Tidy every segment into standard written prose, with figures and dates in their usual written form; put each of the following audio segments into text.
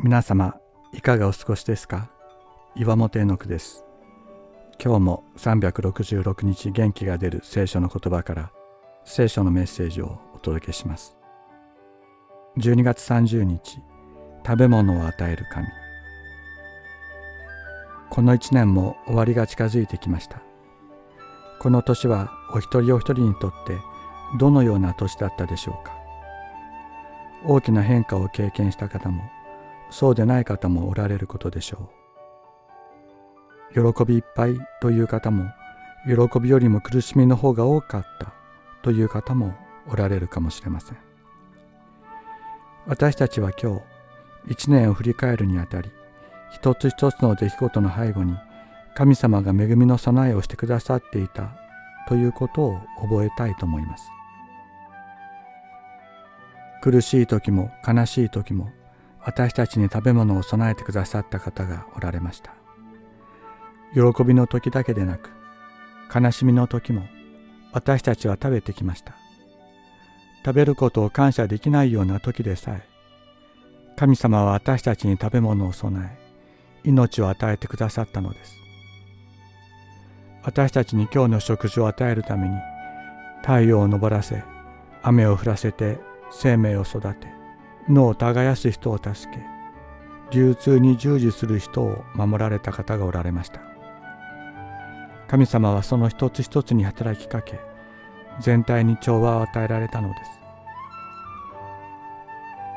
皆様いかがお過ごしですか。岩本絵の句です。今日も366日元気が出る聖書の言葉から聖書のメッセージをお届けします。12月30日、食べ物を与える神。この1年も終わりが近づいてきました。この年はお一人お一人にとってどのような年だったでしょうか。大きな変化を経験した方もそうでない方もおられることでしょう。喜びいっぱいという方も、喜びよりも苦しみの方が多かったという方もおられるかもしれません。私たちは今日一年を振り返るにあたり、一つ一つの出来事の背後に神様が恵みの備えをしてくださっていたということを覚えたいと思います。苦しい時も悲しい時も私たちに食べ物を備えてくださった方がおられました。喜びの時だけでなく、悲しみの時も私たちは食べてきました。食べることを感謝できないような時でさえ、神様は私たちに食べ物を備え、命を与えてくださったのです。私たちに今日の食事を与えるために、太陽を昇らせ、雨を降らせて生命を育て、野を耕す人を助け、流通に従事する人を守られた方がおられました。神様はその一つ一つに働きかけ、全体に調和を与えられたのです。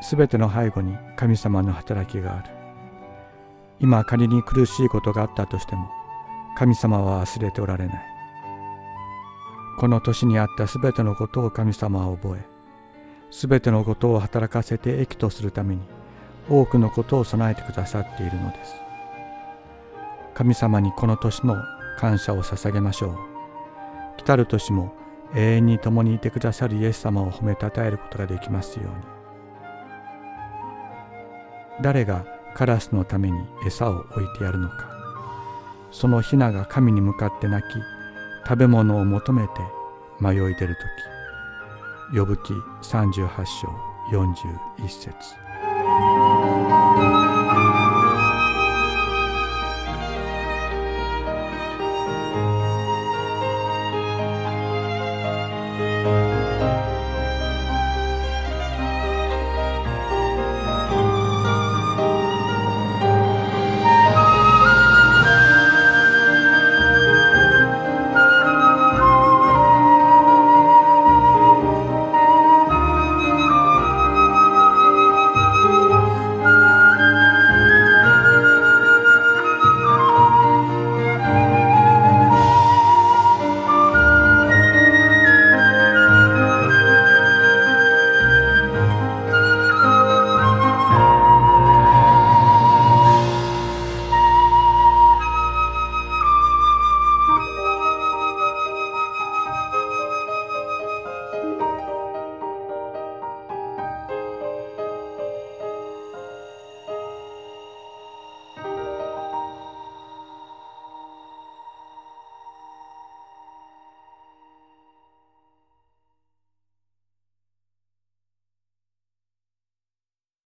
すべての背後に神様の働きがある。今仮に苦しいことがあったとしても、神様は忘れておられない。この年にあったすべてのことを神様は覚え、すべてのことを働かせて益とするために多くのことを備えてくださっているのです。神様にこの年の感謝を捧げましょう。来たる年も永遠に共にいてくださるイエス様を褒めたたえることができますように。誰がカラスのために餌を置いてやるのか。そのヒナが神に向かって鳴き、食べ物を求めて迷い出るとき。ヨブ記38章41節。